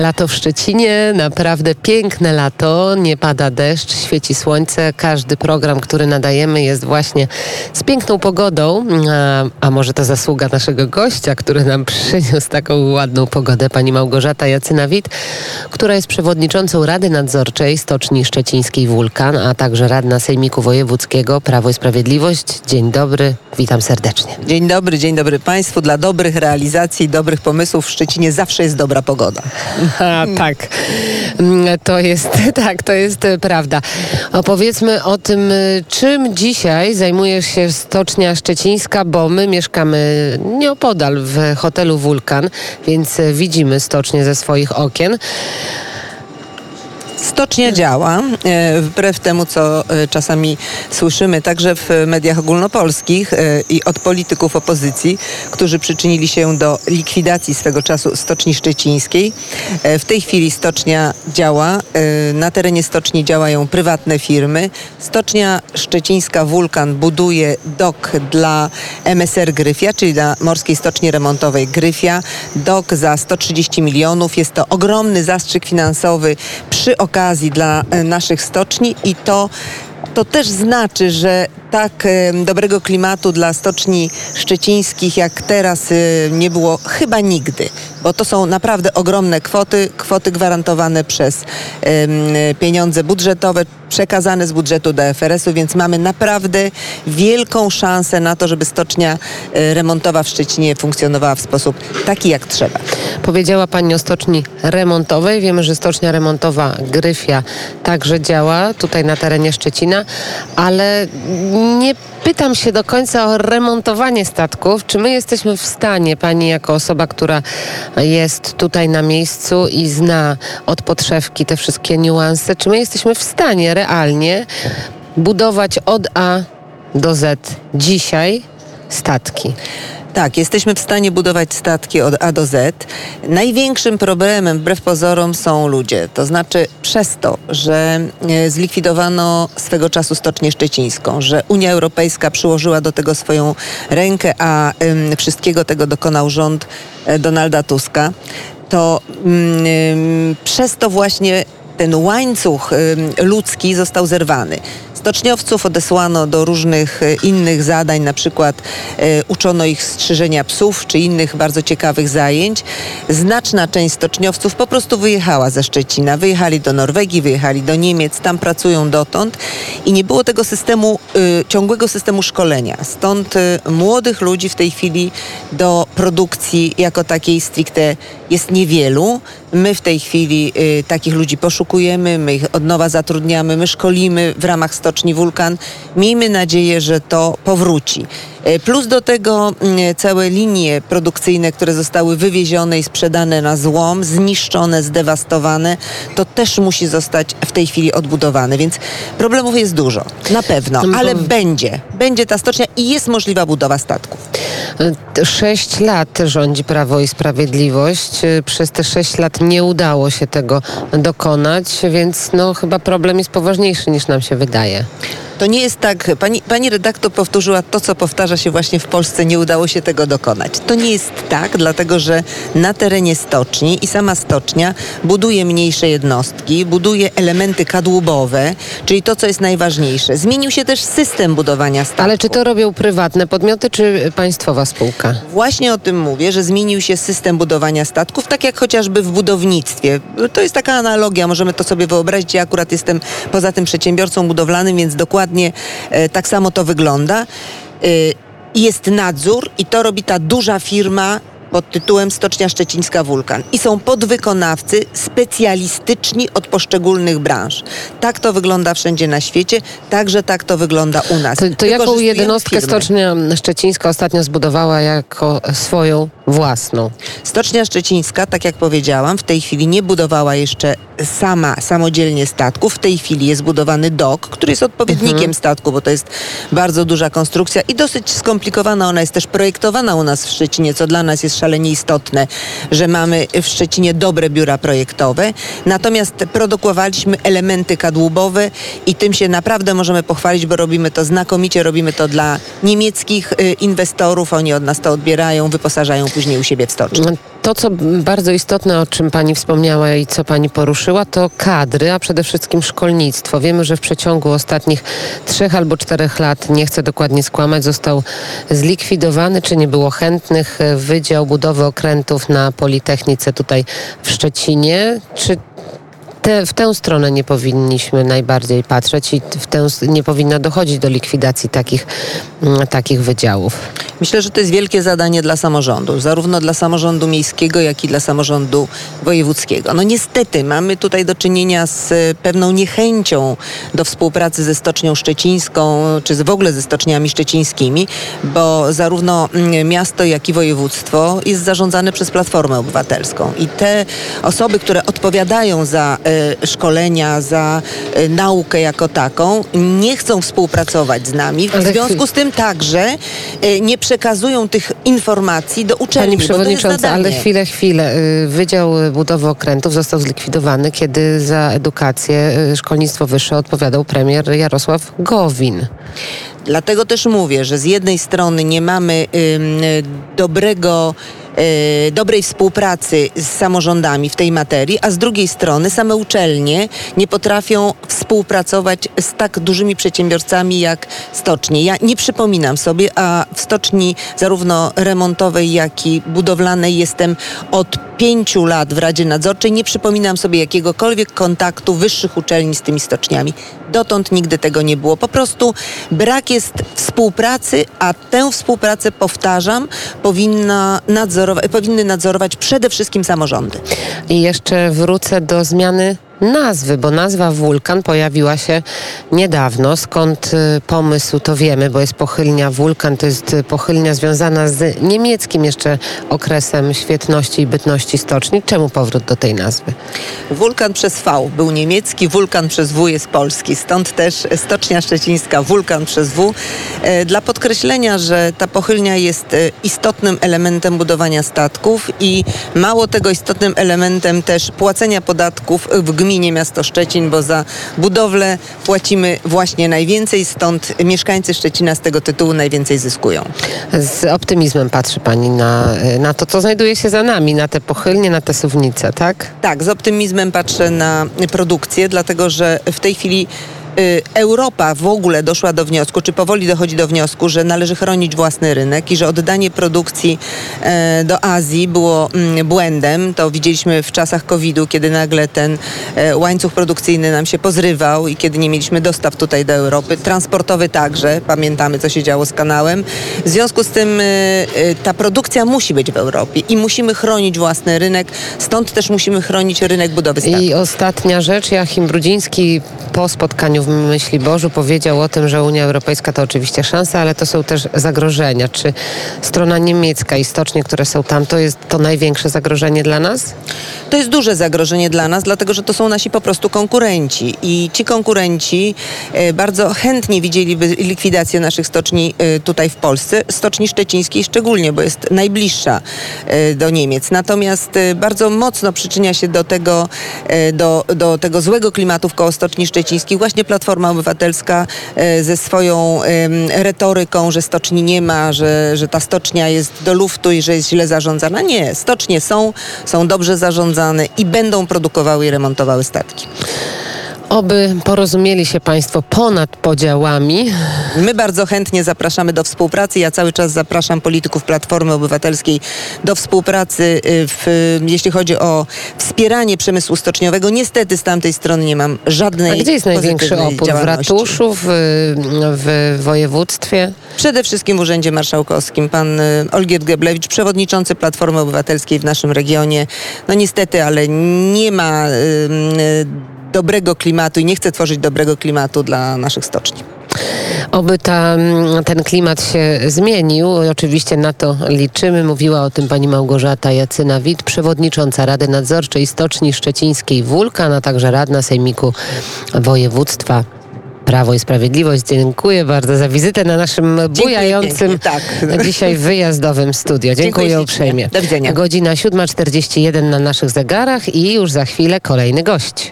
Lato w Szczecinie, naprawdę piękne lato, nie pada deszcz, świeci słońce. Każdy program, który nadajemy, jest właśnie z piękną pogodą, a może to zasługa naszego gościa, który nam przyniósł taką ładną pogodę, pani Małgorzata Jacyna-Wit, która jest przewodniczącą Rady Nadzorczej Stoczni Szczecińskiej Wulkan, a także radna Sejmiku Wojewódzkiego Prawo i Sprawiedliwość. Dzień dobry, witam serdecznie. Dzień dobry Państwu. Dla dobrych realizacji, dobrych pomysłów w Szczecinie zawsze jest dobra pogoda. Tak, to jest prawda. Opowiedzmy o tym, czym dzisiaj zajmuje się Stocznia Szczecińska, bo my mieszkamy nieopodal w hotelu Wulkan, więc widzimy stocznię ze swoich okien. Stocznia działa, wbrew temu, co czasami słyszymy także w mediach ogólnopolskich i od polityków opozycji, którzy przyczynili się do likwidacji swego czasu Stoczni Szczecińskiej. W tej chwili stocznia działa. Na terenie stoczni działają prywatne firmy. Stocznia Szczecińska Wulkan buduje dok dla MSR Gryfia, czyli dla Morskiej Stoczni Remontowej Gryfia. Dok za 130 milionów. Jest to ogromny zastrzyk finansowy przy okazji dla naszych stoczni i to też znaczy, że tak dobrego klimatu dla stoczni szczecińskich jak teraz nie było chyba nigdy, bo to są naprawdę ogromne kwoty gwarantowane przez pieniądze budżetowe, przekazane z budżetu do FRS-u, więc mamy naprawdę wielką szansę na to, żeby stocznia remontowa w Szczecinie funkcjonowała w sposób taki, jak trzeba. Powiedziała pani o stoczni remontowej. Wiemy, że stocznia remontowa Gryfia także działa tutaj na terenie Szczecina, ale nie pytam się do końca o remontowanie statków. Czy my jesteśmy w stanie, pani jako osoba, która jest tutaj na miejscu i zna od podszewki te wszystkie niuanse, czy my jesteśmy w stanie realnie budować od A do Z dzisiaj statki? Tak, jesteśmy w stanie budować statki od A do Z. Największym problemem, wbrew pozorom, są ludzie. To znaczy przez to, że zlikwidowano swego czasu Stocznię Szczecińską, że Unia Europejska przyłożyła do tego swoją rękę, a wszystkiego tego dokonał rząd Donalda Tuska, to przez to właśnie ten łańcuch ludzki został zerwany. Stoczniowców odesłano do różnych innych zadań, na przykład uczono ich strzyżenia psów czy innych bardzo ciekawych zajęć. Znaczna część stoczniowców po prostu wyjechała ze Szczecina. Wyjechali do Norwegii, wyjechali do Niemiec, tam pracują dotąd i nie było tego systemu, ciągłego systemu szkolenia. Stąd młodych ludzi w tej chwili do produkcji jako takiej stricte jest niewielu. My w tej chwili takich ludzi poszukujemy, my ich od nowa zatrudniamy, my szkolimy w ramach Stoczni Wulkan. Miejmy nadzieję, że to powróci. Plus do tego całe linie produkcyjne, które zostały wywiezione i sprzedane na złom, zniszczone, zdewastowane, to też musi zostać w tej chwili odbudowane. Więc problemów jest dużo, na pewno, ale będzie ta stocznia i jest możliwa budowa statków. 6 lat rządzi Prawo i Sprawiedliwość. Przez te 6 lat nie udało się tego dokonać, więc chyba problem jest poważniejszy niż nam się wydaje. To nie jest tak, pani redaktor powtórzyła to, co powtarza się właśnie w Polsce, nie udało się tego dokonać. To nie jest tak, dlatego że na terenie stoczni i sama stocznia buduje mniejsze jednostki, buduje elementy kadłubowe, czyli to, co jest najważniejsze. Zmienił się też system budowania statków. Ale czy to robią prywatne podmioty, czy państwowa spółka? Właśnie o tym mówię, że zmienił się system budowania statków, tak jak chociażby w budownictwie. To jest taka analogia, możemy to sobie wyobrazić. Ja akurat jestem poza tym przedsiębiorcą budowlanym, więc dokładnie tak samo to wygląda. Jest nadzór i to robi ta duża firma pod tytułem Stocznia Szczecińska Wulkan. I są podwykonawcy specjalistyczni od poszczególnych branż. Tak to wygląda wszędzie na świecie, także tak to wygląda u nas. To jaką jednostkę Stocznia Szczecińska ostatnio zbudowała jako swoją własną? Stocznia Szczecińska, tak jak powiedziałam, w tej chwili nie budowała jeszcze samodzielnie statków. W tej chwili jest budowany dok, który jest odpowiednikiem statku, bo to jest bardzo duża konstrukcja i dosyć skomplikowana. Ona jest też projektowana u nas w Szczecinie, co dla nas jest szalenie istotne, że mamy w Szczecinie dobre biura projektowe. Natomiast produkowaliśmy elementy kadłubowe i tym się naprawdę możemy pochwalić, bo robimy to znakomicie. Robimy to dla niemieckich inwestorów. Oni od nas to odbierają, wyposażają później u siebie w stoczni. To, co bardzo istotne, o czym pani wspomniała i co pani poruszyła, to kadry, a przede wszystkim szkolnictwo. Wiemy, że w przeciągu ostatnich 3 albo 4 lat, nie chcę dokładnie skłamać, został zlikwidowany, czy nie było chętnych, Wydział Budowy Okrętów na Politechnice tutaj w Szczecinie. Czy w tę stronę nie powinniśmy najbardziej patrzeć i nie powinno dochodzić do likwidacji takich wydziałów? Myślę, że to jest wielkie zadanie dla samorządu, zarówno dla samorządu miejskiego, jak i dla samorządu wojewódzkiego. No niestety mamy tutaj do czynienia z pewną niechęcią do współpracy ze Stocznią Szczecińską, czy w ogóle ze stoczniami szczecińskimi, bo zarówno miasto, jak i województwo jest zarządzane przez Platformę Obywatelską. I te osoby, które odpowiadają za szkolenia, za naukę jako taką, nie chcą współpracować z nami. W związku z tym także nie przekazują tych informacji do uczelni. Pani przewodnicząca, ale chwilę. Wydział Budowy Okrętów został zlikwidowany, kiedy za edukację, szkolnictwo wyższe odpowiadał premier Jarosław Gowin. Dlatego też mówię, że z jednej strony nie mamy dobrej współpracy z samorządami w tej materii, a z drugiej strony same uczelnie nie potrafią współpracować z tak dużymi przedsiębiorcami jak stocznie. Ja nie przypominam sobie, a w stoczni zarówno remontowej, jak i budowlanej jestem od 5 lat w Radzie Nadzorczej. Nie przypominam sobie jakiegokolwiek kontaktu wyższych uczelni z tymi stoczniami. Dotąd nigdy tego nie było. Po prostu brak jest współpracy, a tę współpracę, powtarzam, powinny nadzorować przede wszystkim samorządy. I jeszcze wrócę do zmiany nazwy, bo nazwa Wulkan pojawiła się niedawno. Skąd pomysł, to wiemy, bo jest pochylnia Wulkan, to jest pochylnia związana z niemieckim jeszcze okresem świetności i bytności stoczni. Czemu powrót do tej nazwy? Wulkan przez V był niemiecki, Wulkan przez W jest polski. Stąd też Stocznia Szczecińska, Wulkan przez W. Dla podkreślenia, że ta pochylnia jest istotnym elementem budowania statków i mało tego, istotnym elementem też płacenia podatków w gminie miasto Szczecin, bo za budowlę płacimy właśnie najwięcej, stąd mieszkańcy Szczecina z tego tytułu najwięcej zyskują. Z optymizmem patrzy pani na to, co znajduje się za nami, na te pochylnie, na te suwnice, tak? Tak, z optymizmem patrzę na produkcję, dlatego że w tej chwili Europa w ogóle doszła do wniosku, czy powoli dochodzi do wniosku, że należy chronić własny rynek i że oddanie produkcji do Azji było błędem. To widzieliśmy w czasach COVID-u, kiedy nagle ten łańcuch produkcyjny nam się pozrywał i kiedy nie mieliśmy dostaw tutaj do Europy. Transportowy także. Pamiętamy, co się działo z kanałem. W związku z tym ta produkcja musi być w Europie i musimy chronić własny rynek. Stąd też musimy chronić rynek budowy statków. I ostatnia rzecz. Joachim Brudziński po spotkaniu w Myśliborzu powiedział o tym, że Unia Europejska to oczywiście szansa, ale to są też zagrożenia. Czy strona niemiecka i stocznie, które są tam, to jest to największe zagrożenie dla nas? To jest duże zagrożenie dla nas, dlatego że to są nasi po prostu konkurenci i ci konkurenci bardzo chętnie widzieliby likwidację naszych stoczni tutaj w Polsce, stoczni szczecińskiej szczególnie, bo jest najbliższa do Niemiec. Natomiast bardzo mocno przyczynia się do tego złego klimatu koło stoczni szczecińskich właśnie Platforma Obywatelska ze swoją retoryką, że stoczni nie ma, że ta stocznia jest do luftu i że jest źle zarządzana. Nie, stocznie są dobrze zarządzane i będą produkowały i remontowały statki. Oby porozumieli się państwo ponad podziałami. My bardzo chętnie zapraszamy do współpracy. Ja cały czas zapraszam polityków Platformy Obywatelskiej do współpracy, jeśli chodzi o wspieranie przemysłu stoczniowego. Niestety z tamtej strony nie mam żadnej A gdzie jest największy opór? W ratuszu, w województwie? Przede wszystkim w Urzędzie Marszałkowskim. Pan Olgierd Geblewicz, przewodniczący Platformy Obywatelskiej w naszym regionie. No niestety, ale nie ma dobrego klimatu i nie chce tworzyć dobrego klimatu dla naszych stoczni. Oby ten klimat się zmienił. Oczywiście na to liczymy. Mówiła o tym pani Małgorzata Jacyna-Wit, przewodnicząca Rady Nadzorczej Stoczni Szczecińskiej Wulkan, a także radna Sejmiku Województwa Prawo i Sprawiedliwość. Dziękuję bardzo za wizytę na naszym bujającym dzisiaj wyjazdowym studio. Dziękuję uprzejmie. Do widzenia. Godzina 7:41 na naszych zegarach i już za chwilę kolejny gość.